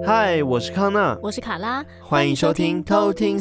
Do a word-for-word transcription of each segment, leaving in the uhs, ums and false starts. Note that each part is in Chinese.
嗨，我是康纳， 我是卡拉， 欢迎收听偷听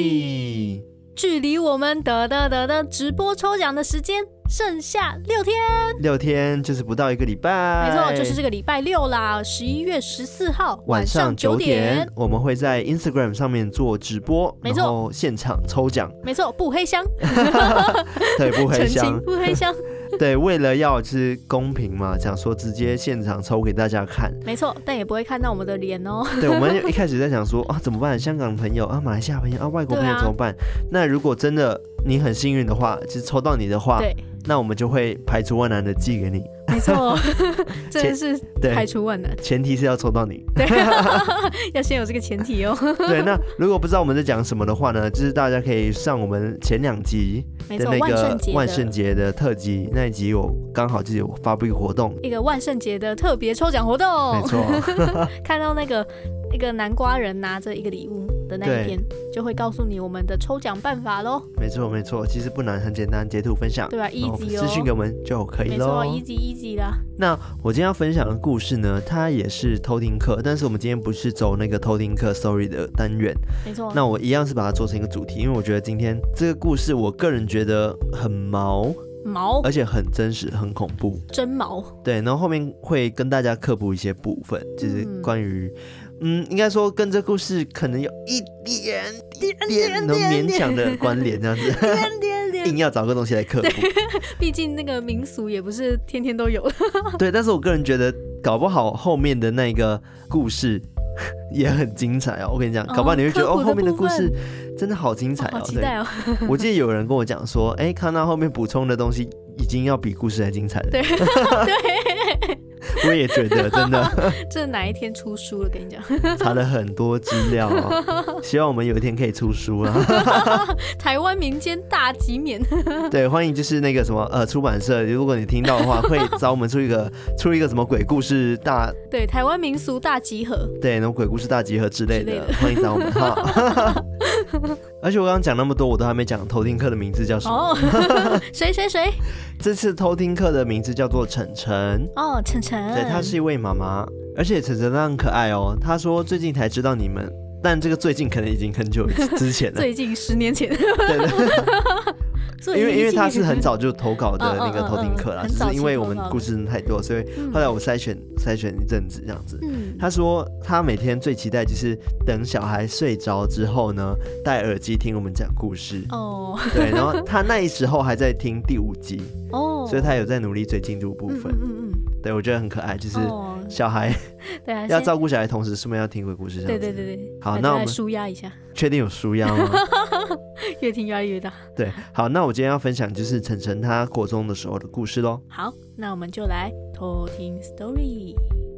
Story。 距离我们的的的的直播抽奖的时间剩下六天， 六天就是不到一个礼拜， 没错，就是这个礼拜六啦，十一月十四号晚上九点， 点我们会在 Instagram 上面做直播， 没错， 然后现场抽奖， 没错，不黑箱， 对，不黑箱， 不黑箱。 对，为了要就是公平嘛，想说直接现场抽给大家看， 没错，但也不会看到我们的脸哦。 对，我们一开始在想说啊，怎么办？香港朋友啊，马来西亚朋友啊，外国朋友怎么办？啊、那如果真的你很幸运的话，就是抽到你的话， 对， 那我们就会排除万难的寄给你。 没错，真的是排除万难， 前提是要抽到你， 对，要先有这个前提哦。 对，那如果不知道我们在讲什么的话呢，就是大家可以上我们前两集的那个万圣节的特辑，那一集有刚好就有发布一个活动， 一个万圣节的特别抽奖活动， 没错。 看到那个一个南瓜人拿着一个礼物的那一篇，就会告诉你我们的抽奖办法咯。 没错没错，其实不难，很简单，截图分享， 对吧、啊、？easy 哦， 私讯给我们就可以咯。 没错 ，easy easy 啦。 那我今天要分享的故事呢，它也是偷听课，但是我们今天不是走那个偷听课 story 的单元， 没错。 那我一样是把它做成一个主题，因为我觉得今天这个故事，我个人觉得很毛。 毛， 而且很真实，很恐怖， 真毛。 对，然后后面会跟大家科普一些部分，就是关于，嗯，应该说跟这故事可能有一点点能勉强的关联，这样子， 点点点， 硬要找个东西来科普。 毕竟那个民俗也不是天天都有。 对，但是我个人觉得，搞不好后面的那个故事也很精彩哦。我跟你讲，搞不好你会觉得 哦, 哦，后面的故事真的好精彩哦， 好期待哦。 我记得有人跟我讲说，哎，看到后面补充的东西已经要比故事还精彩了。 对对， 我也觉得真的。 这哪一天出书了？跟你讲， 查了很多资料哦，希望我们有一天可以出书啊。 台湾民间大集勉。 对，欢迎就是那个什么呃出版社，如果你听到的话，会找我们出一个出一个什么鬼故事大， 对，台湾民俗大集合， 对，那种鬼故事大集合之类的， 之类的欢迎找我们哈。而且我刚刚讲那么多，我都还没讲偷听课的名字叫什么。 哦，谁谁谁？ 这次偷听课的名字叫做晨晨。 哦，晨晨。 对，她是一位妈妈，而且晨晨她很可爱哦。她说最近才知道你们，但这个最近可能已经很久之前了。 最近十年前。 对对。因为因为他是很早就投稿的那个偷听课啦，只、嗯嗯嗯、是因为我们故事太多，所以后来我筛选筛选一阵子这样子。嗯、他说他每天最期待就是等小孩睡着之后呢，戴耳机听我们讲故事。哦，对，然后他那时候还在听第五集，哦，所以他有在努力追进度部分。嗯嗯嗯，对，我觉得很可爱，就是小孩、哦、对啊，要照顾小孩，同时顺便要听鬼故事这样子。 对对对对， 好，那我们舒压一下。 确定有舒压吗？ 越听压力越大。 对，好，那我今天要分享就是晨晨他国中的时候的故事咯。 好，那我们就来偷听 story。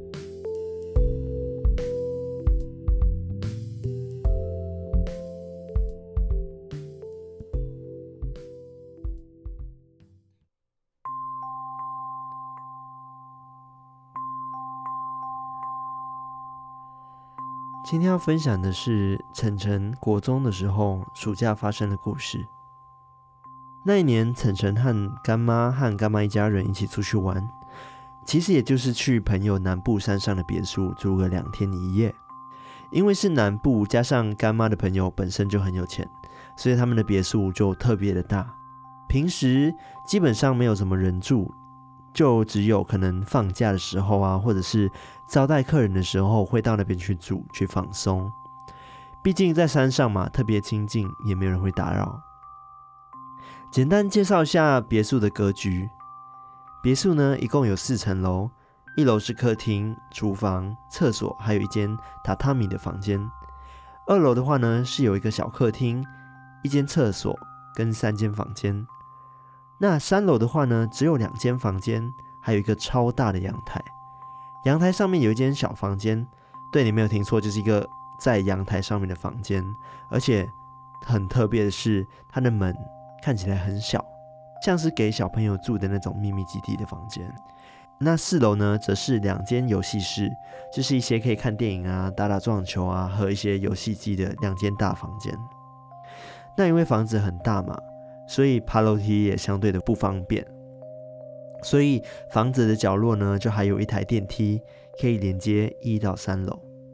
今天要分享的是晨晨国中的时候暑假发生的故事。那一年，晨晨和干妈和干妈一家人一起出去玩，其实也就是去朋友南部山上的别墅住个两天一夜。因为是南部，加上干妈的朋友本身就很有钱，所以他们的别墅就特别的大。平时基本上没有什么人住，就只有可能放假的时候啊，或者是招待客人的时候会到那边去住去放松。毕竟在山上嘛，特别清静，也没有人会打扰。简单介绍一下别墅的格局。别墅呢，一共有四层楼，一楼是客厅、厨房、厕所，还有一间榻榻米的房间。二楼的话呢，是有一个小客厅、一间厕所跟三间房间。那三楼的话呢，只有两间房间，还有一个超大的阳台。阳台上面有一间小房间，对，你没有听错，就是一个在阳台上面的房间。而且很特别的是，它的门看起来很小，像是给小朋友住的那种秘密基地的房间。那四楼呢，则是两间游戏室，就是一些可以看电影啊、打打撞球啊和一些游戏机的两间大房间。那因为房子很大嘛，所以爬楼梯也相对的不方便，所以房子的角落呢，就还有一台电梯可以连接一到三楼。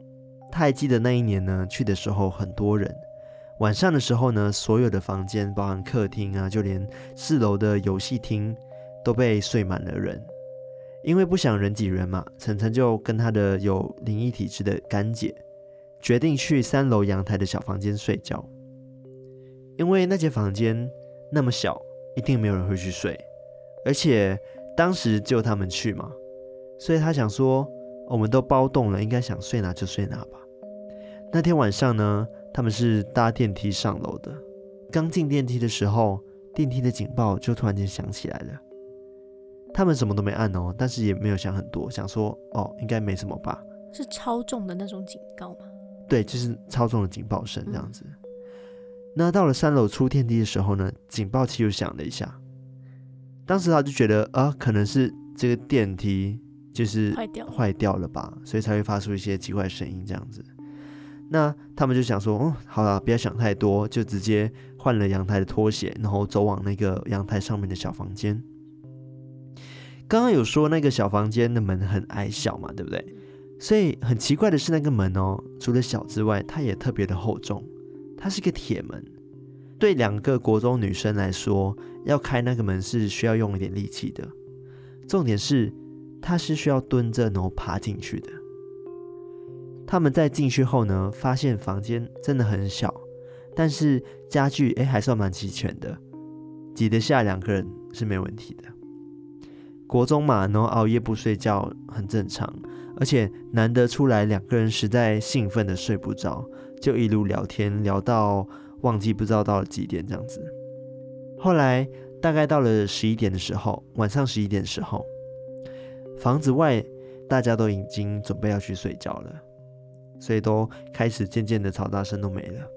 他还记得那一年呢，去的时候很多人，晚上的时候呢，所有的房间，包含客厅啊，就连四楼的游戏厅都被睡满了人。因为不想人挤人嘛，晨晨就跟他的有灵异体质的干姐决定去三楼阳台的小房间睡觉。因为那间房间那么小，一定没有人会去睡，而且当时只有他们去嘛，所以他想说，我们都包栋了，应该想睡哪就睡哪吧。那天晚上呢，他们是搭电梯上楼的，刚进电梯的时候，电梯的警报就突然间响起来了。他们什么都没按哦，但是也没有想很多，想说哦，应该没什么吧。 是超重的那种警告吗？ 对，就是超重的警报声这样子。嗯、那到了三楼出电梯的时候呢，警报器又响了一下。当时他就觉得啊，可能是这个电梯就是坏掉坏掉了吧，所以才会发出一些奇怪的声音这样子。那他们就想说，哦，好了，不要想太多，就直接换了阳台的拖鞋，然后走往那个阳台上面的小房间。刚刚有说那个小房间的门很矮小嘛，对不对？所以很奇怪的是，那个门哦，除了小之外，它也特别的厚重，它是个铁门。对两个国中女生来说，要开那个门是需要用一点力气的。重点是，它是需要蹲着然后爬进去的。他们在进去后呢，发现房间真的很小，但是家具哎还算蛮齐全的，挤得下两个人是没问题的。国中嘛，然后熬夜不睡觉很正常，而且难得出来两个人实在兴奋的睡不着，就一路聊天聊到忘记不知道到了几点这样子。后来大概到了十一点的时候，晚上十一点的时候，房子外大家都已经准备要去睡觉了，所以都开始渐渐的嘈杂声都没了。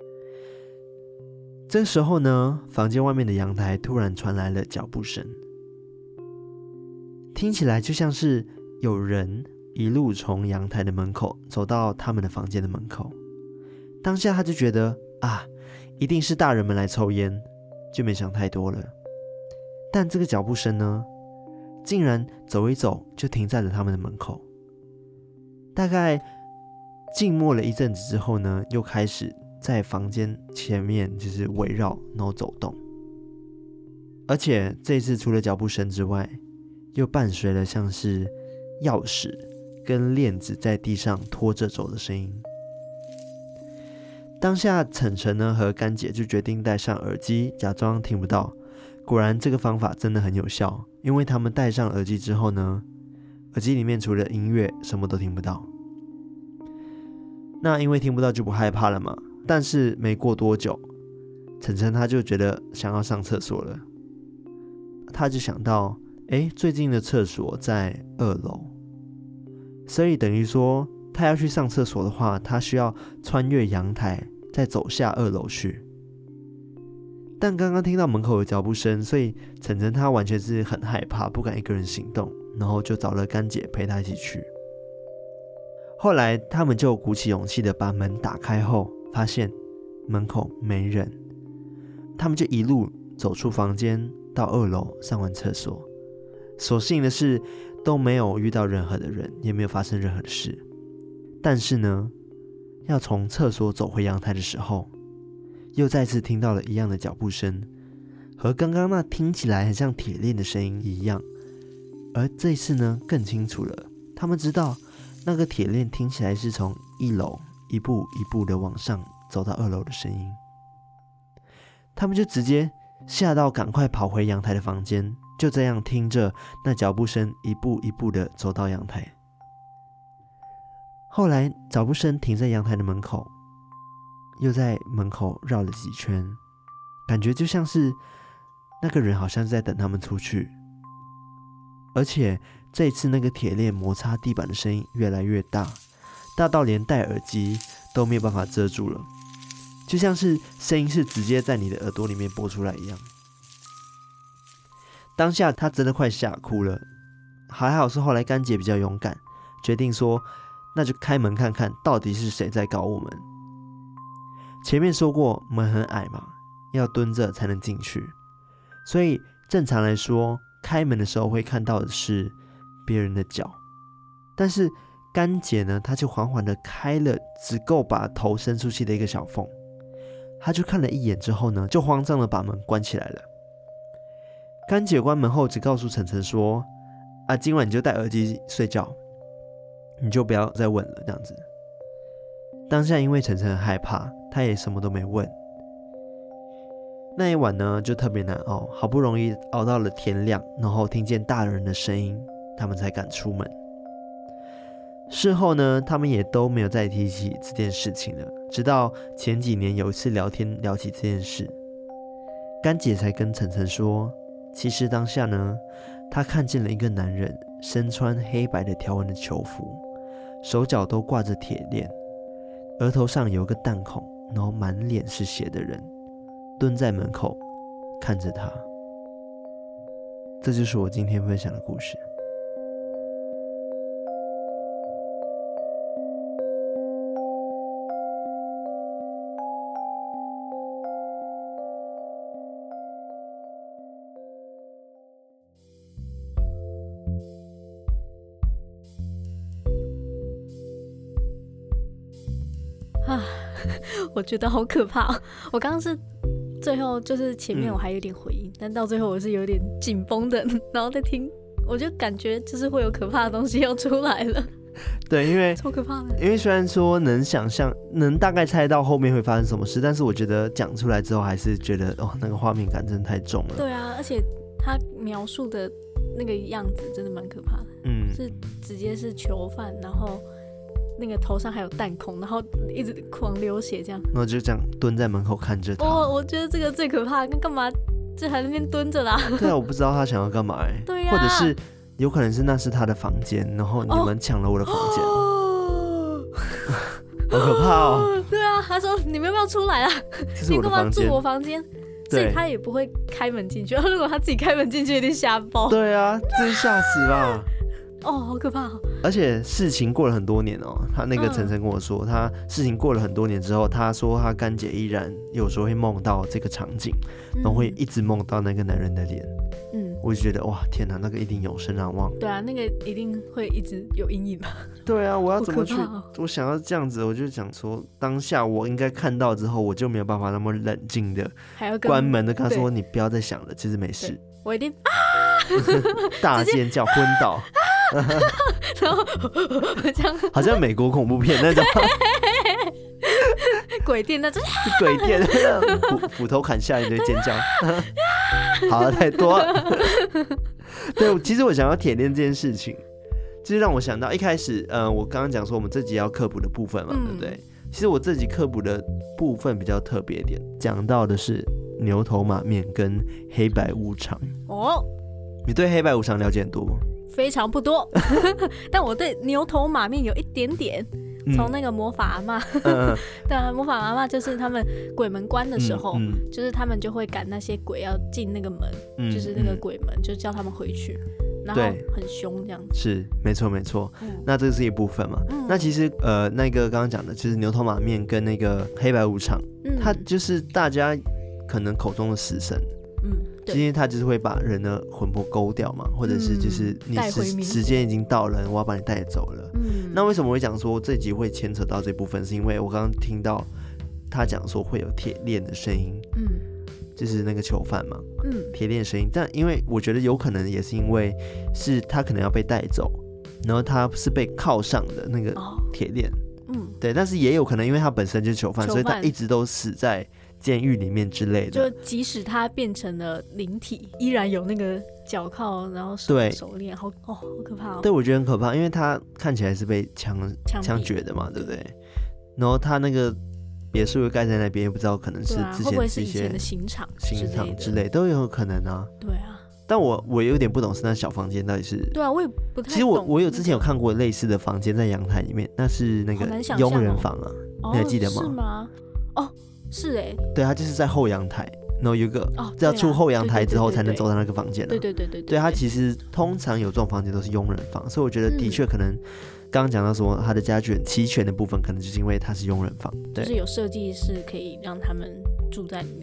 这时候呢，房间外面的阳台突然传来了脚步声。听起来就像是有人一路从阳台的门口走到他们的房间的门口。当下他就觉得啊，一定是大人们来抽烟，就没想太多了。但这个脚步声呢，竟然走一走就停在了他们的门口。大概静默了一阵子之后呢，又开始在房间前面就是围绕然后走动。而且这一次除了脚步声之外，又伴随了像是钥匙跟链子在地上拖着走的声音。当下晨晨呢和干姐就决定戴上耳机，假装听不到。果然这个方法真的很有效，因为他们戴上耳机之后呢，耳机里面除了音乐什么都听不到。那因为听不到就不害怕了嘛，但是没过多久，晨晨他就觉得想要上厕所了。他就想到哎，最近的厕所在二楼，所以等于说他要去上厕所的话，他需要穿越阳台再走下二楼去。但刚刚听到门口有脚步声，所以晨晨他完全是很害怕，不敢一个人行动，然后就找了干姐陪他一起去。后来他们就鼓起勇气的把门打开后，发现门口没人，他们就一路走出房间到二楼上完厕所。所幸的是都没有遇到任何的人，也没有发生任何的事。但是呢，要从厕所走回阳台的时候，又再次听到了一样的脚步声，和刚刚那听起来很像铁链的声音一样。而这一次呢更清楚了，他们知道那个铁链听起来是从一楼一步一步的往上走到二楼的声音。他们就直接吓到赶快跑回阳台的房间，就这样听着那脚步声一步一步的走到阳台。后来脚步声停在阳台的门口，又在门口绕了几圈，感觉就像是那个人好像是在等他们出去。而且这一次那个铁链摩擦地板的声音越来越大，大到连戴耳机都没有办法遮住了，就像是声音是直接在你的耳朵里面播出来一样。当下他真的快吓哭了，还好是后来干姐比较勇敢，决定说那就开门看看到底是谁在搞我们。前面说过门很矮嘛，要蹲着才能进去，所以正常来说开门的时候会看到的是别人的脚，但是甘姐呢，她就缓缓的开了只够把头伸出去的一个小缝，她就看了一眼之后呢，就慌张的把门关起来了。甘姐关门后只告诉晨晨说：“啊，今晚你就戴耳机睡觉，你就不要再问了。”这样子。当下因为晨晨很害怕，他也什么都没问。那一晚呢，就特别难熬，好不容易熬到了天亮，然后听见大人的声音，他们才敢出门。事后呢，他们也都没有再提起这件事情了。直到前几年有一次聊天聊起这件事，甘姐才跟晨晨说，其实当下呢，她看见了一个男人身穿黑白的条纹的囚服，手脚都挂着铁链，额头上有一个弹孔，然后满脸是血的人蹲在门口看着他。这就是我今天分享的故事。 啊，我觉得好可怕、哦。我刚刚是最后就是前面我还有点回应、嗯，但到最后我是有点紧绷的，然后再听，我就感觉就是会有可怕的东西要出来了。 对，因为超可怕的。因为虽然说能想象、能大概猜到后面会发生什么事，但是我觉得讲出来之后，还是觉得哦，那个画面感真的太重了。 对啊，而且他描述的那个样子真的蛮可怕的。嗯，是直接是囚犯，然后那个头上还有弹孔，然后一直狂流血这样， 然后就这样蹲在门口看着他。 哦，我觉得这个最可怕，干嘛这还在那边蹲着啦？ 对啊，我不知道他想要干嘛哎、欸。 对啊， 或者是有可能是那是他的房间，然后你们抢了我的房间，哦、好可怕哦。 对啊，他说你们要不要出来啊？ 这是我的房间，你干嘛住我房间？所以他也不会开门进去。如果他自己开门进去，有点吓爆。 对啊，真吓死吧。 哦，好可怕、哦！ 而且事情过了很多年哦，他那个晨晨跟我说、嗯，他事情过了很多年之后，他说他干姐依然有时候会梦到这个场景，然后会一直梦到那个男人的脸。嗯，我就觉得哇，天哪，那个一定永生难忘。 对啊，那个一定会一直有阴影吧？ 对啊，我要怎么去？ 哦、 我想要这样子，我就想说，当下我应该看到之后，我就没有办法那么冷静的关门的跟他说，你不要再想了，其实没事。 我一定啊， 大尖叫，昏倒。 然后这样好像美国恐怖片那种鬼店那种鬼店斧, 斧头砍下来就尖叫好了，太多了对，其实我想要铁链这件事情，就是让我想到一开始呃，我刚刚讲说我们这集要科普的部分嘛、嗯、对不对？其实我这集科普的部分比较特别一点，讲到的是牛头马面跟黑白无常。哦，你对黑白无常了解很多吗？ 非常不多但我对牛头马面有一点点，从、嗯、那个魔法阿嬷对啊，魔法阿嬷就是他们鬼门关的时候、嗯嗯、就是他们就会赶那些鬼要进那个门、嗯、就是那个鬼门、嗯、就叫他们回去，然后很凶这样子。 是没错没错、嗯、那这是一部分嘛、嗯、那其实呃那个刚刚讲的就是牛头马面跟那个黑白无常、嗯、它就是大家可能口中的死神。嗯，因为他就是会把人的魂魄勾掉嘛，或者是就是你 时, 时间已经到了，我要把你带走了。嗯，那为什么我会讲说这集会牵扯到这部分，是因为我刚刚听到他讲说会有铁链的声音，嗯，就是那个囚犯嘛，嗯，铁链的声音。但因为我觉得有可能也是因为是他可能要被带走，然后他是被铐上的那个铁链、哦，嗯，对，但是也有可能因为他本身就是囚犯，囚犯所以他一直都死在监狱里面之类的， 就即使他变成了灵体，依然有那个脚铐，然后手手链，好哦，好可怕哦。 对，我觉得很可怕，因为他看起来是被枪枪决的嘛，对不对？然后他那个别墅又盖在那边，也不知道可能是之前是一些的刑场、 刑场之类都有可能啊。 对啊， 但我我有点不懂是那小房间到底是。 对啊，我也不太懂。 其实我我有之前有看过类似的房间在阳台里面，那是那个佣人房啊， 哦、 你还记得吗？ 是吗？哦。是哎、欸， 对，他就是在后阳台，然后有一个要出后阳台之后才能走到那个房间了。 对对对对对， 对他其实通常有这种房间都是佣人房，所以我觉得的确可能刚刚讲到说他的家具很齐全的部分，可能就是因为他是佣人房，对， 就是有设计是可以让他们住在里面的。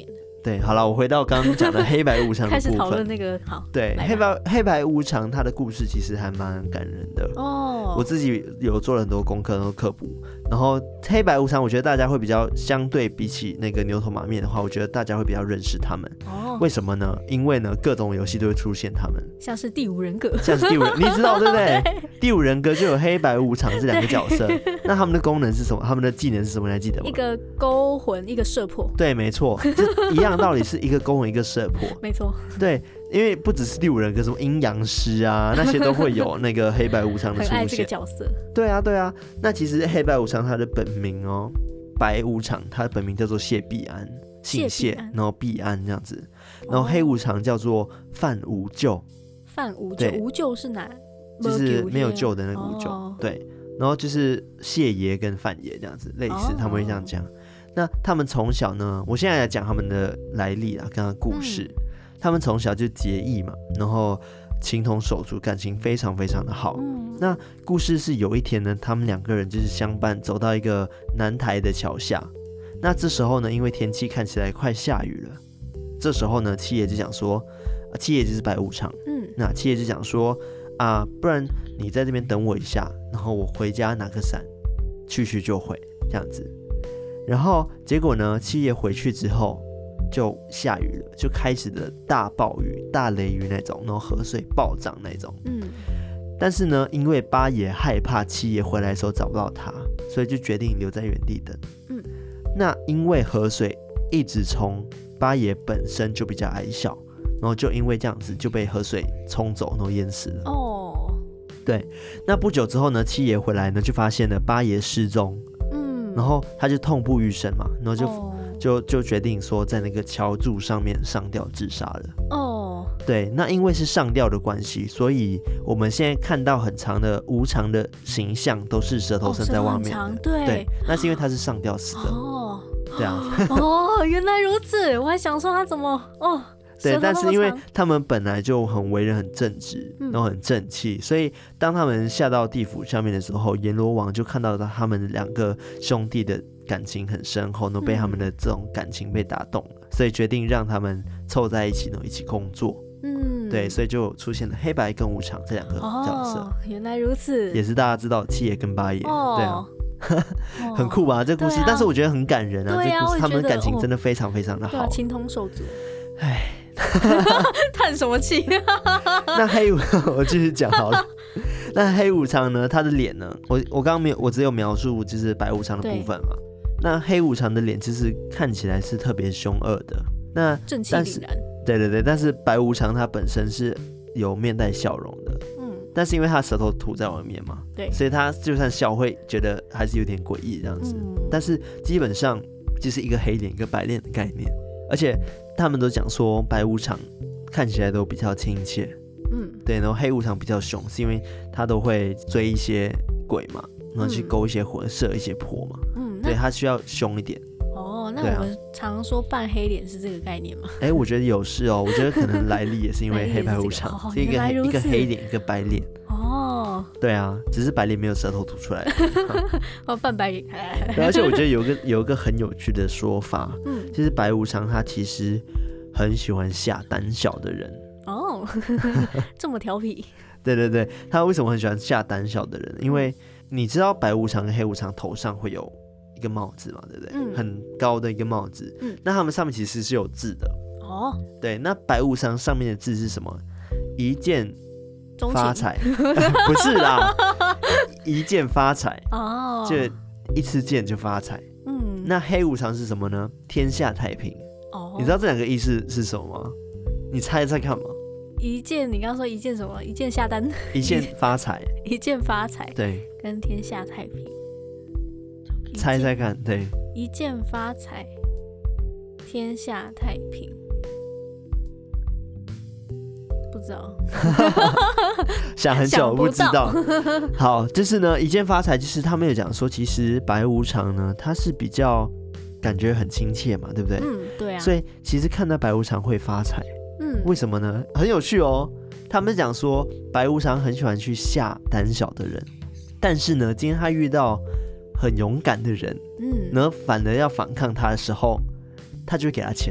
对，好了，我回到刚刚讲的黑白无常的部分， 开始讨论那个好。 对，黑白黑白无常，他的故事其实还蛮感人的哦。我自己有做了很多功课，然后科普。然后黑白无常，我觉得大家会比较相对比起那个牛头马面的话，我觉得大家会比较认识他们。哦，为什么呢？因为呢，各种游戏都会出现他们， 像是第五人格， 像是第五人，你知道对不对？对，第五人格就有黑白无常这两个角色。那他们的功能是什么？他们的技能是什么？你还记得吗？ 一个勾魂，一个射破。 对，没错，就一样道理，是一个勾魂，一个射破。 没错。 对，因为不只是第五人格，什么阴阳师啊，那些都会有那个黑白无常的出现。 很爱这个角色。 对啊，对啊。那其实黑白无常他的本名哦，白无常，他的本名叫做谢必安，姓谢，然后必安这样子。然后黑无常叫做范无救。 范无救，无救是哪？ 就是没有救的那个无救。哦、对。然后就是谢爷跟范爷这样子，类似、哦、他们会这样讲。那他们从小呢，我现在来讲他们的来历啊，跟他的故事。嗯、他们从小就结义嘛，然后情同手足，感情非常非常的好。嗯、那故事是有一天呢，他们两个人就是相伴走到一个南台的桥下。那这时候呢，因为天气看起来快下雨了，这时候呢，七爷就讲说，啊、七爷就是白无常。嗯，那七爷就讲说啊，不然你在这边等我一下，然后我回家拿个伞，去去就回这样子。然后结果呢，七爷回去之后就下雨了，就开始了大暴雨、大雷雨那种，然后河水暴涨那种。嗯。但是呢，因为八爷害怕七爷回来的时候找不到他，所以就决定留在原地等。嗯。那因为河水一直冲，八爷本身就比较矮小，然后就因为这样子就被河水冲走，然后淹死了。哦。对。那不久之后呢，七爷回来呢，就发现了八爷失踪。然后他就痛不欲生嘛，然后就、oh. 就就决定说在那个桥柱上面上吊自杀了。哦， oh. 对，那因为是上吊的关系，所以我们现在看到很长的无常的形象都是舌头伸在外面的。 哦，对， 对，那是因为他是上吊死的。哦，对啊。 哦，原来如此，我还想说他怎么哦。 对，但是因为他们本来就很为人很正直，然后很正气，嗯、所以当他们下到地府下面的时候，阎罗王就看到他们两个兄弟的感情很深厚，然后被他们的这种感情被打动了，所以决定让他们凑在一起，然后一起工作。嗯，对，所以就出现了黑白跟无常这两个角色。 哦，原来如此， 也是大家知道七爷跟八爷。哦，对啊。很酷吧这故事，啊、但是我觉得很感人啊！ 对啊， 这故事他们的感情真的非常非常的好， 啊、情同手足。 唉。 叹什么气？ 那黑无我继续讲好了。那黑无常呢？他的脸呢？我我刚刚没有，我只有描述就是白无常的部分嘛。那黑无常的脸其实看起来是特别凶恶的。那正气凛然。 对对对，但是白无常他本身是有面带笑容的。嗯。但是因为他舌头吐在外面嘛， 对， 所以他就算笑会觉得还是有点诡异这样子。嗯、但是基本上就是一个黑脸一个白脸的概念，而且。他们都讲说白无常看起来都比较亲切，嗯，对，然后黑无常比较凶，是因为他都会追一些鬼嘛，然后去勾一些魂，射一些魄嘛，嗯，对他需要凶一点。 哦，那我们常说扮黑脸是这个概念吗？ 哎，我觉得有事哦，我觉得可能来历也是因为黑白无常，是一个一个黑脸一个白脸。哦，对啊，只是白脸没有舌头吐出来。 哦，扮白脸。 而且我觉得有一个有一个很有趣的说法，嗯，其实白无常他其实很喜欢吓胆小的人。 哦，这么调皮。 对对对，他为什么很喜欢吓胆小的人？因为你知道白无常跟黑无常头上会有一个帽子嘛，对不对？嗯，很高的一个帽子。嗯，那他们上面其实是有字的。哦，对，那白无常上面的字是什么？一见发财。不是啦，一见发财。哦，就一次见就发财。嗯，那黑无常是什么呢？天下太平。哦，你知道这两个意思是什么吗？你猜猜看嘛。 一键，你刚刚说一键什么？一键下单。 一键发财。 一键发财。 对。 跟天下太平。 猜猜看，对。 一键发财，天下太平。不知道。 想很久，不知道。好，就是呢，一键发财，就是他们有讲说，其实白无常呢，他是比较感觉很亲切嘛，对不对？ 嗯，对啊。 所以其实看到白无常会发财。嗯，为什么呢？很有趣哦。他们讲说，白无常很喜欢去吓胆小的人，但是呢，今天他遇到很勇敢的人，嗯，然后反而要反抗他的时候，他就会给他钱。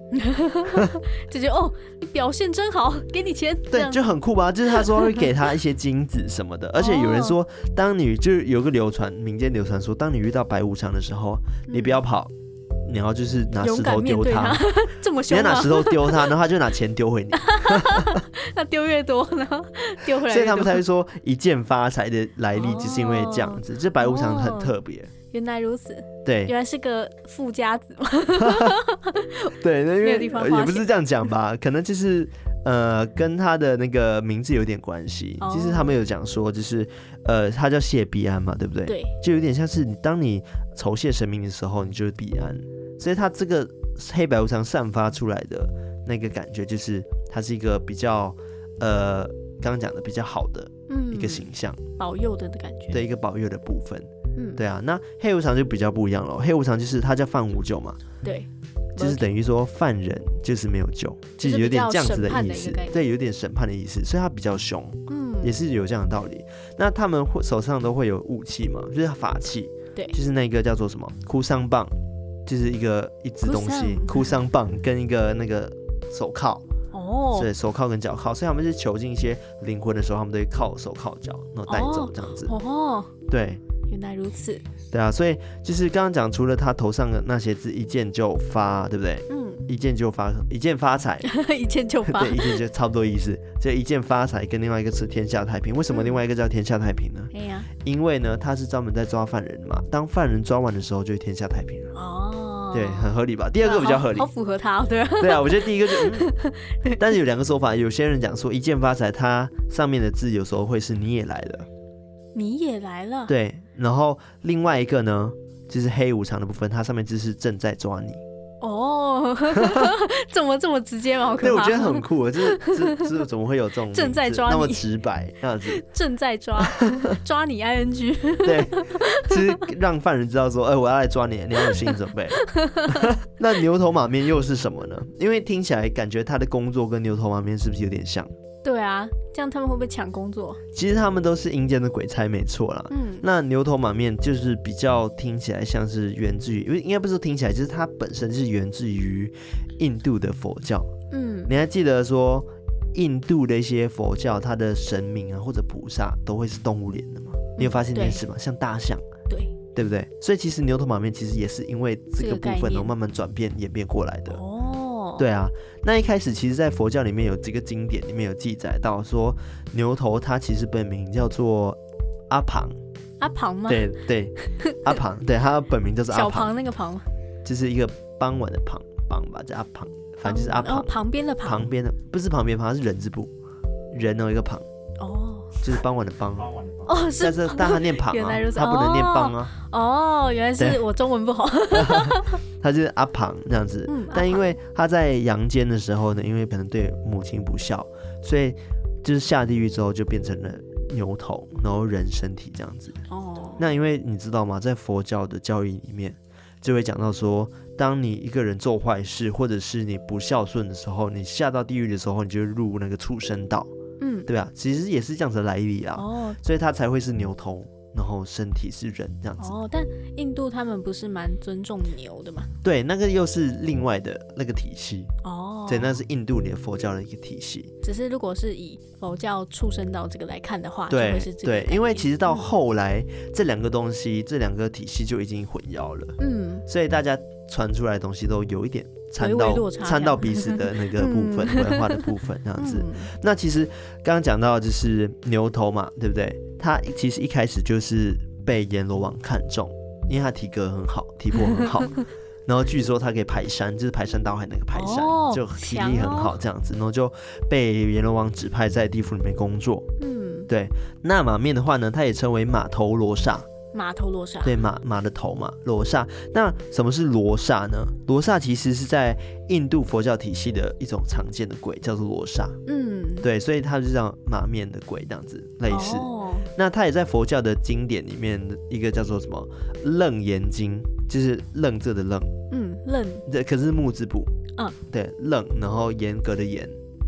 就觉得哦，你表现真好，给你钱。 对，就很酷吧？就是他说会给他一些金子什么的，而且有人说，当你就是有个流传，民间流传说，当你遇到白无常的时候，嗯、你不要跑。你要就是拿石头丢他， 他这么凶吗？ 你要拿石头丢他，然后他就拿钱丢回你。 他丢越多，然后丢回来越多。 所以他们才会说一剑发财的来历，就是因为这样子。哦、这白无常很特别。 原来如此， 对， 原来是个富家子嘛。 对，因为也不是这样讲吧，可能就是呃跟他的那个名字有点关系。哦、其实他们有讲说，就是呃他叫谢必安嘛，对不对？ 对， 就有点像是你当你酬谢神明的时候，你就是必安。所以他这个黑白无常散发出来的那个感觉，就是它是一个比较呃刚刚讲的比较好的一个形象， 嗯、保佑的感觉， 对，一个保佑的部分。嗯，对啊，那黑无常就比较不一样了。黑无常就是他叫犯无救嘛， 对， 就是等于说犯人就是没有救，就是有点这样子的意思，对，有点审判的意思，所以他比较凶，嗯，也是有这样的道理。那他们手上都会有武器嘛，就是法器， 对， 就是那个叫做什么哭丧棒。就是一个一支东西，哭丧棒跟一个那个手铐哦，对，手铐跟脚铐，所以他们是囚禁一些灵魂的时候，他们都会铐手铐脚，然后带走这样子。哦，对， 原来如此。 对啊，所以就是刚刚讲，除了他头上的那些字，一剑就发，对不对？嗯，一剑就发，一剑发财， 一剑就发， 对，一剑就差不多意思。就一剑发财，跟另外一个是天下太平。为什么另外一个叫天下太平呢？ 哎呀， 因为呢，他是专门在抓犯人嘛，当犯人抓完的时候，就天下太平了。哦。对，很合理吧？第二个比较合理， 好, 好符合他，对啊。 对啊，我觉得第一个就，嗯、但是有两个说法，有些人讲说一剑发财，它上面的字有时候会是你也来了， 你也来了。 对，然后另外一个呢，就是黑无常的部分，它上面字是正在抓你。 哦，怎么这么直接吗？好可怕！ 对，我觉得很酷，这这这怎么会有这种正在抓你那么直白这样子？ 正在抓抓你 I N G， 对，就是让犯人知道说，哎、欸，我要来抓你，你要有心理准备。那牛头马面又是什么呢？因为听起来感觉他的工作跟牛头马面是不是有点像？ 对啊，这样他们会不会抢工作？ 其实他们都是阴间的鬼差，没错啦。嗯，那牛头马面就是比较听起来像是源自于，因为应该不是听起来，就是它本身是源自于印度的佛教。嗯，你还记得说印度的一些佛教，它的神明啊或者菩萨都会是动物脸的吗？你有发现这件事吗？像大象， 对， 对不对？所以其实牛头马面其实也是因为这个部分然后慢慢转变演变过来的。哦。对啊，那一开始其实在佛教里面有这个经典里面有记载到说，牛头它其实本名叫做阿庞。 阿庞吗？ 对对，阿庞，对，他本名就是阿庞。 小庞那个庞， 就是一个傍晚的傍傍吧，叫阿庞，反正就是阿庞。 哦，旁边的旁， 旁边的不是旁边旁，是人字部，人有一个庞。哦，就是傍晚的傍。 哦，是， 但是但他念庞啊，他不能念傍啊。 哦，原来是我中文不好。 他就是阿庞这样子，嗯、但因为他在阳间的时候呢，因为可能对母亲不孝，所以就是下地狱之后就变成了牛头，然后人身体这样子。哦，那因为你知道吗，在佛教的教义里面就会讲到说，当你一个人做坏事，或者是你不孝顺的时候，你下到地狱的时候，你就入那个畜生道。嗯，对吧？其实也是这样子的来历啊。哦，所以他才会是牛头。然后身体是人这样子哦，但印度他们不是蛮尊重牛的吗？ 对，那个又是另外的那个体系哦，对，那是印度里的佛教的一个体系。 只是如果是以佛教畜生道这个来看的话， 对， 就会是这个对，因为其实到后来、嗯、这两个东西，这两个体系就已经混淆了，嗯，所以大家传出来的东西都有一点掺到掺到彼此的那个部分，嗯、文化的部分这样子。嗯、那其实刚刚讲到就是牛头嘛，对不对？他其实一开始就是被阎罗王看中，因为他体格很好，体魄很好，然后据说他可以排山，就是排山倒海那个排山，哦、就体力很好这样子，然后就被阎罗王指派在地府里面工作。嗯，对。那马面的话呢，他也称为马头罗刹。 马头罗刹， 对，马马的头嘛，罗刹。那什么是罗刹呢？罗刹其实是在印度佛教体系的一种常见的鬼，叫做罗刹。嗯，对，所以它就叫马面的鬼这样子类似。哦，那它也在佛教的经典里面，一个叫做什么《楞严经》，就是楞字的楞。 嗯，楞。 对，可是木字部。嗯，对，楞，然后严格的严。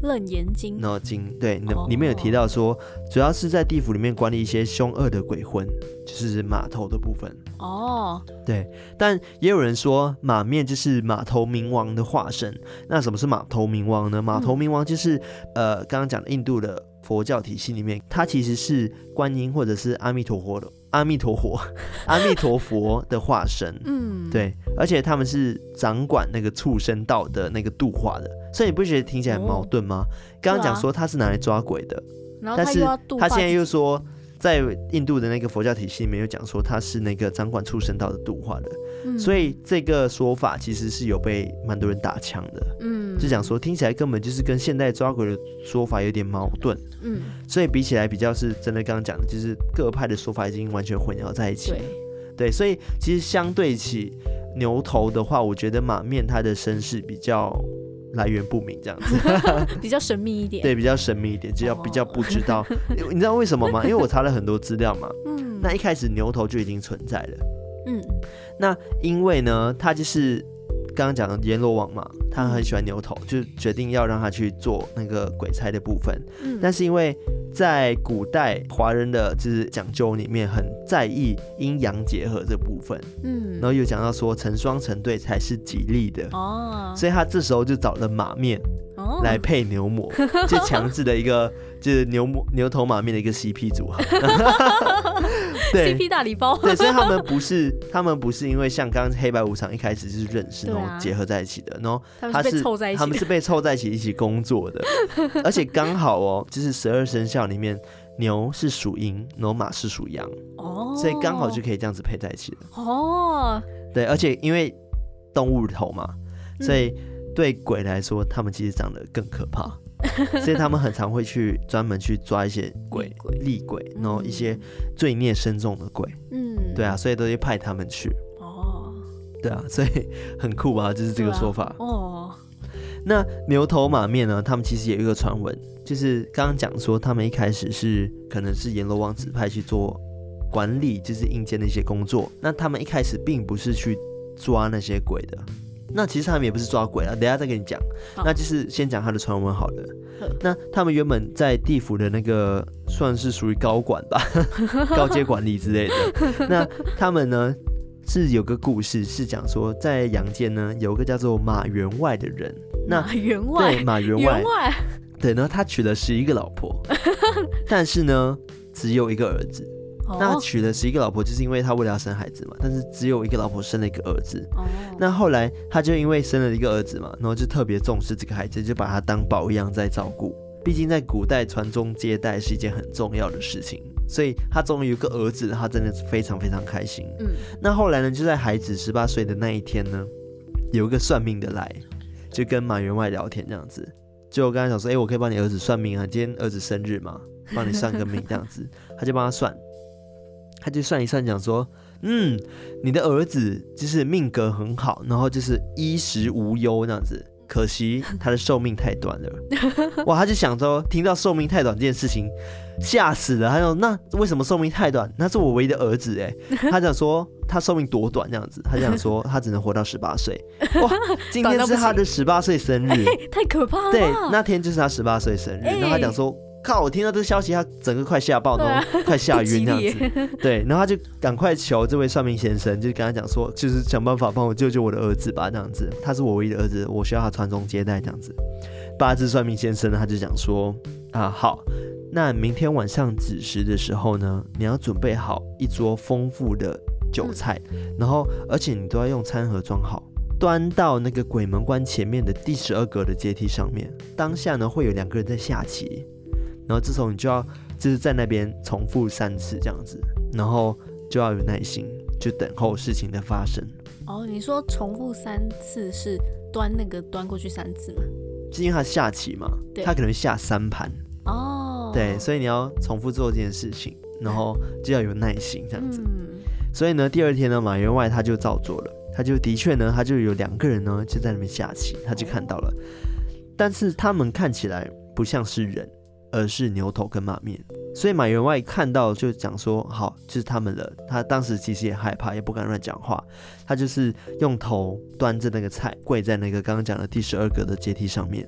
楞严经， 然后经对，哦、里面有提到说，主要是在地府里面管理一些凶恶的鬼魂，就是马头的部分。哦，对，但也有人说马面就是马头冥王的化身。那什么是马头冥王呢？马头冥王就是、嗯、呃，刚刚讲的印度的佛教体系里面，它其实是观音或者是阿弥陀佛的阿弥陀佛阿弥陀佛的化身。嗯，对，而且他们是掌管那个畜生道的那个度化的，所以你不觉得听起来很矛盾吗？刚刚讲说他是拿来抓鬼的， 然后他又要度化， 但是他现在又说在印度的那个佛教体系里面又讲说他是那个掌管畜生道的度化的、嗯、所以这个说法其实是有被蛮多人打枪的。嗯，就讲说听起来根本就是跟现代抓鬼的说法有点矛盾。嗯，所以比起来比较是真的刚刚讲的就是各派的说法已经完全混淆在一起了。对，对，所以其实相对起牛头的话，我觉得马面他的身世比较来源不明，这样子比较神秘一点。 对，比较神秘一点，就要比较不知道、哦、你知道为什么吗？因为我查了很多资料嘛。嗯，那一开始牛头就已经存在了。嗯，那因为呢他就是刚刚讲的阎罗王嘛，他很喜欢牛头，就决定要让他去做那个鬼差的部分。嗯，但是因为在古代华人的就是讲究里面很在意阴阳结合这部分。嗯，然后又讲到说成双成对才是吉利的。哦，所以他这时候就找了马面来配牛魔，哦、就强制的一个就是牛牛头马面的一个 C P 组合。 对 C P 大礼包。 对，所以他们不是他们不是因为像刚刚黑白无常一开始就是认识然后结合在一起的，然后他是他们是被凑在一起一起工作的。而且刚好哦，就是十二生肖里面牛是属阴，然后马是属阳。哦，所以刚好就可以这样子配在一起了。哦，对，而且因为动物头嘛，所以对鬼来说他们其实长得更可怕。所以他们很常会去专门去抓一些鬼厉鬼，然后一些罪孽深重的鬼。嗯，对啊，所以都会派他们去。哦，对啊，所以很酷吧，就是这个说法。啊、哦，那牛头马面呢？他们其实有一个传闻，就是刚刚讲说他们一开始是可能是阎罗王指派去做管理，就是阴间的一些工作。那他们一开始并不是去抓那些鬼的。那其实他们也不是抓鬼啊，等一下再跟你讲。那就是先讲他的传闻好了。那他们原本在地府的那个算是属于高管吧，高阶管理之类的。那他们呢是有个故事，是讲说在阳间呢有个叫做马员外的人。那马员外， 对，马员外，员外对，然后他娶了十一个老婆，但是呢只有一个儿子。那他娶了十一个老婆，就是因为他为了要生孩子嘛，但是只有一个老婆生了一个儿子。哦，那后来他就因为生了一个儿子嘛，然后就特别重视这个孩子，就把他当宝一样在照顾。毕竟在古代传宗接代是一件很重要的事情，所以他终于有个儿子，他真的是非常非常开心。嗯，那后来呢，就在孩子十八岁的那一天呢，有一个算命的来，就跟马员外聊天这样子，就跟他讲说，哎、欸，我可以帮你儿子算命啊，今天儿子生日嘛，帮你算个命这样子，他就帮他算。他就算一算讲说，嗯，你的儿子就是命格很好，然后就是衣食无忧那样子，可惜他的寿命太短了。哇，他就想说听到寿命太短这件事情吓死了，他说那为什么寿命太短？那是我唯一的儿子哎。他讲说他寿命多短这样子，他讲说他只能活到十八岁。哇，今天是他的十八岁生日、 欸，太可怕了。 对，那天就是他十八岁生日，欸、然后他讲说。靠！我听到这个消息，他整个快吓爆，然后快吓晕这样子。对，然后他就赶快求这位算命先生，就跟他讲说，就是想办法帮我救救我的儿子吧，这样子。他是我唯一的儿子，我需要他传宗接代这样子。八字算命先生呢，他就讲说啊，好，那明天晚上子时的时候呢，你要准备好一桌丰富的酒菜，嗯、然后而且你都要用餐盒装好。端到那个鬼门关前面的第十二格的阶梯上面，当下呢会有两个人在下棋。然后这时候你就要就是在那边重复三次这样子，然后就要有耐心，就等候事情的发生。 哦，你说重复三次是端那个端过去三次吗？ 是因为他下棋嘛，他可能下三盘。哦，对，所以你要重复做这件事情，然后就要有耐心这样子。嗯，所以呢，第二天呢，马员外他就照做了，他就的确呢，他就有两个人呢就在那边下棋，他就看到了，但是他们看起来不像是人。而是牛头跟马面，所以马员外看到就讲说好，就是他们了。他当时其实也害怕，也不敢乱讲话，他就是用头端着那个菜，跪在那个刚刚讲的第十二格的阶梯上面，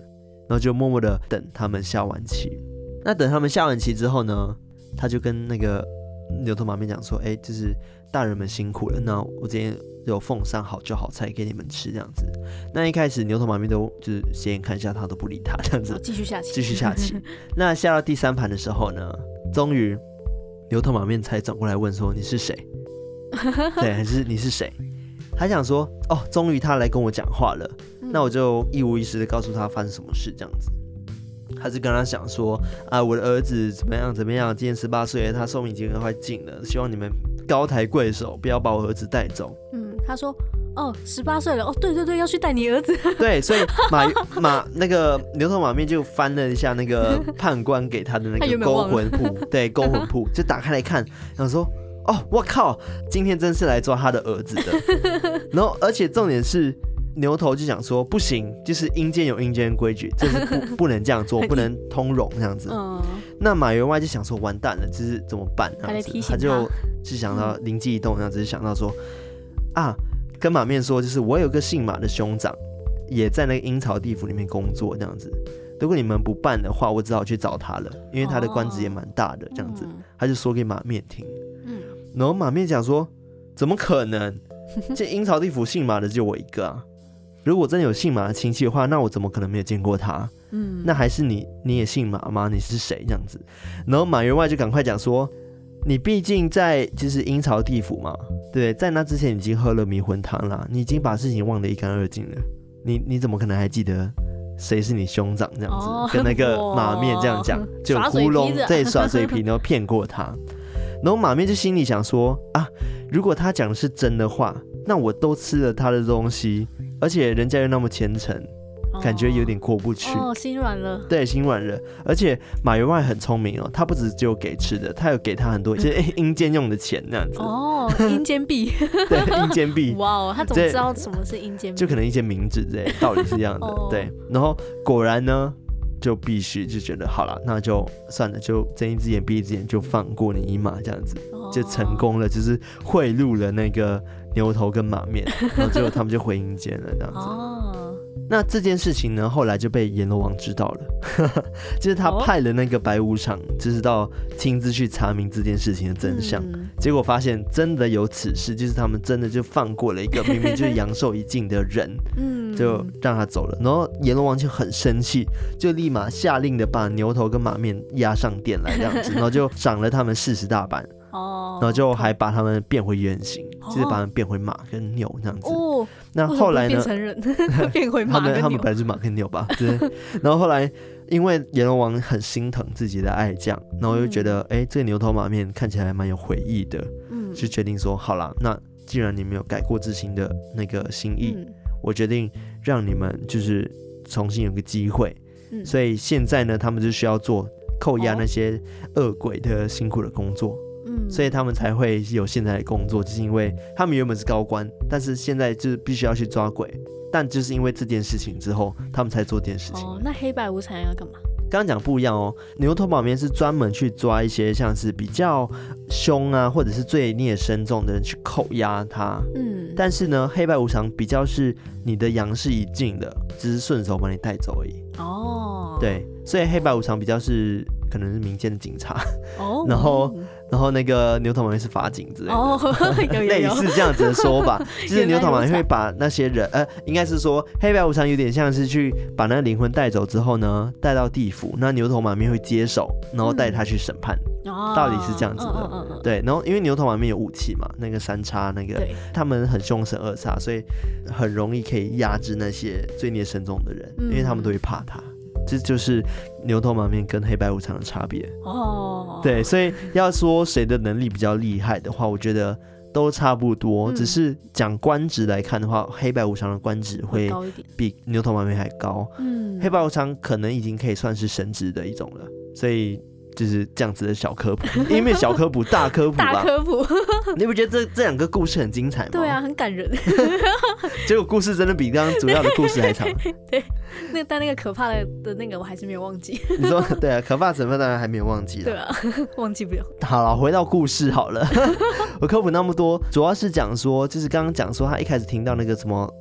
然后就默默的等他们下完棋。那等他们下完棋之后呢，他就跟那个牛头马面讲说，哎，就是大人们辛苦了，那我今天有奉上好酒好菜给你们吃这样子。那一开始牛头马面都就是斜眼看一下他，都不理他这样子， 继续下棋， 继续下棋。那下到第三盘的时候呢，终于牛头马面才转过来问说，你是谁？对，还是你是谁？他想说，哦，终于他来跟我讲话了，嗯、那我就一五一十的告诉他发生什么事这样子。他是跟他讲说，啊，我的儿子怎么样怎么样，今年十八岁，他寿命已经快尽了，希望你们高抬贵手，不要把我儿子带走。 嗯，他说，哦，十八岁了，哦，对对对，要去带你儿子。 对，所以马马那个牛头马面就翻了一下那个判官给他的那个勾魂谱，对，勾魂谱就打开来看，想说，哦，我靠，今天真是来抓他的儿子的。然后，而且重点是。牛头就讲说不行，就是阴间有阴间的规矩，这是 不, 不能这样做，不能通融这样子。嗯、那马员外就想说完蛋了，这是怎么办？这样子，他就就想到灵机一动，这样子就想到说啊，跟马面说，就是我有个姓马的兄长，也在那个阴曹地府里面工作，这样子。如果你们不办的话，我只好去找他了，因为他的官职也蛮大的，这样子。他就说给马面听，嗯，然后马面讲说，怎么可能？这阴曹地府姓马的就我一个啊。如果真的有姓马的亲戚的话，那我怎么可能没有见过他？嗯，那还是你你也姓马吗？你是谁这样子？然后马员外就赶快讲说，你毕竟在就是阴曹地府嘛，对，在那之前已经喝了迷魂汤啦，你已经把事情忘得一干二净了，你你怎么可能还记得谁是你兄长这样子？哦、跟那个马面这样讲，就糊弄对耍水皮，然后骗过他。然后马面就心里想说啊，如果他讲的是真的话，那我都吃了他的东西。而且人家又那么虔诚，哦、感觉有点过不去。 哦，心软了。对， 心软了。而且马员外很聪明哦，他不只只有给吃的，他有给他很多就是阴间用的钱那样子。 哦，阴间币。 对，阴间币。 哇哦，他怎么知道什么是阴间币？ 就可能一些名字之类，道理是这样的。哦、对，然后果然呢，就必须就觉得好了，那就算了，就睁一只眼闭一只眼，就放过你一马这样子，哦、就成功了，就是贿赂了那个。牛头跟马面，然后最后他们就回阴间了，这样子。哦，那这件事情呢，后来就被阎罗王知道了，就是他派了那个白无常，就是到亲自去查明这件事情的真相。嗯、结果发现真的有此事，就是他们真的就放过了一个明明就是阳寿已尽的人，嗯，就让他走了。然后阎罗王就很生气，就立马下令的把牛头跟马面押上殿来，这样子，然后就赏了他们四十大板。哦，然后就还把他们变回原形，哦、就是把他们变回马跟牛这样子。哦，那后来呢？ 变成人，变回马跟牛。 他们他们本来是马跟牛吧？对。然后后来，因为阎罗王很心疼自己的爱将，然后又觉得，哎、嗯，这个牛头马面看起来蛮有回忆的，嗯，就决定说，好啦，那既然你们有改过自新的那个心意，嗯、我决定让你们就是重新有个机会。嗯，所以现在呢，他们就需要做扣押那些恶鬼的辛苦的工作。嗯，所以他们才会有现在的工作，就是因为他们原本是高官，但是现在就是必须要去抓鬼，但就是因为这件事情之后，他们才做这件事情。 哦，那黑白无常要干嘛？ 刚刚讲不一样哦，牛头马面是专门去抓一些像是比较凶啊，或者是罪孽深重的人去扣押他。嗯，但是呢，黑白无常比较是你的阳世已尽了，只是顺手把你带走而已。哦，对，所以黑白无常比较是可能是民间的警察。哦，然后。然后那个牛头马面是法警之类的，哦、有有有类似这样子的说法，就是牛头马面会把那些人，呃，应该是说黑白无常有点像是去把那个灵魂带走之后呢，带到地府，那牛头马面会接手，然后带他去审判，嗯、道理是这样子的，哦嗯嗯嗯、对。然后因为牛头马面有武器嘛，那个三叉那个，他们很凶神恶煞，所以很容易可以压制那些罪孽深重的人，嗯、因为他们都会怕他。这就是牛头马面跟黑白无常的差别哦。对，所以要说谁的能力比较厉害的话，我觉得都差不多，嗯、只是讲官职来看的话，黑白无常的官职会比牛头马面还高。嗯，黑白无常可能已经可以算是神职的一种了，所以。就是这样子的小科普，因为小科普大科普吧， 大科普， 你不觉得这这两个故事很精彩吗？ 对啊，很感人。 结果故事真的比刚刚主要的故事还长。 对，那但那个可怕的的那个我还是没有忘记。 你说对啊，可怕成分当然还没有忘记了。 对啊，忘记不了。 好了，回到故事好了。我科普那么多，主要是讲说，就是刚刚讲说他一开始听到那个什么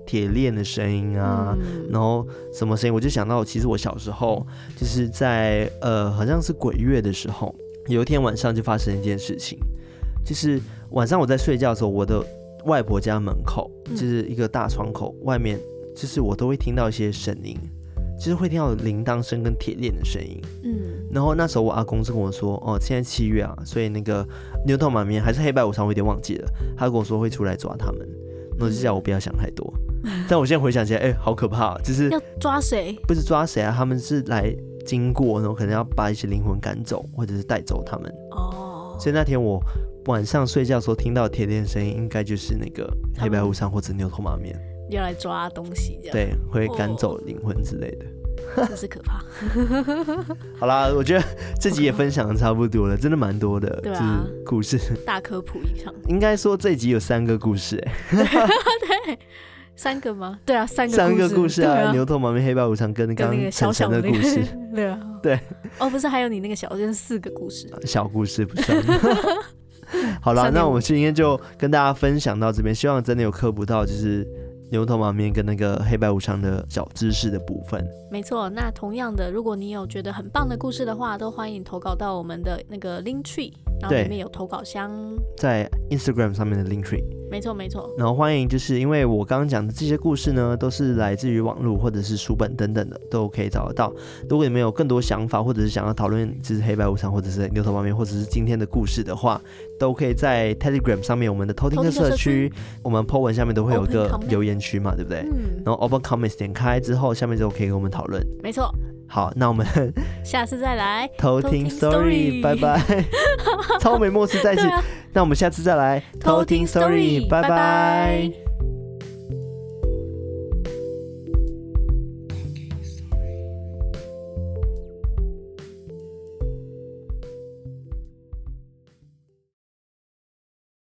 铁链的声音啊、嗯，然后什么声音，我就想到，其实我小时候就是在呃，好像是鬼月的时候，有一天晚上就发生一件事情，就是晚上我在睡觉的时候，我的外婆家门口就是一个大窗口，嗯、外面就是我都会听到一些声音，就是会听到铃铛声跟铁链的声音。嗯，然后那时候我阿公就跟我说，哦，现在七月啊，所以那个牛头马面还是黑白无常，我有点忘记了，他跟我说会出来抓他们，然后就叫我不要想太多。嗯、但我现在回想起来，哎、欸，好可怕、啊，就是要抓谁？ 不是抓谁啊，他们是来经过，然后可能要把一些灵魂赶走，或者是带走他们。哦，所以那天我晚上睡觉的时候听到铁链的声音，应该就是那个黑白无常或者牛头马面要来抓东西，这样对，会赶走灵魂之类的。 真是可怕。 好啦，我觉得这集也分享的差不多了，真的蛮多的， 对啊， 就是故事大科普一场。 应该说这一集有三个故事、欸， 对，三个吗？对啊，三个故事三个故事 啊, 啊，牛头马面、黑白无常跟刚刚晨晨的故事， 对啊， 对。 哦，不是，还有你那个小，就是四个故事， 小故事不算。好啦，那我们今天就跟大家分享到这边，希望真的有科普到，就是牛头马面跟那个黑白无常的小知识的部分。 没错，那同样的，如果你有觉得很棒的故事的话，都欢迎投稿到我们的那个 Linktree， 然后里面有投稿箱， 在 Instagram 上面的 Linktree。 没错没错， 然后欢迎，就是因为我刚刚讲的这些故事呢，都是来自于网络或者是书本等等的，都可以找得到。如果你们有更多想法，或者是想要讨论就是黑白无常，或者是牛头马面，或者是今天的故事的话，都可以在 Telegram 上面我们的偷听客社区，我们 po 文下面都会有一个留言区嘛，对不对？嗯。然后 Open Comments 点开之后，下面就可以跟我们讨论。 没错。 好，那我们下次再来偷听 story， 拜拜。超美末次再一次、啊，那我们下次再来偷听 story， 拜拜。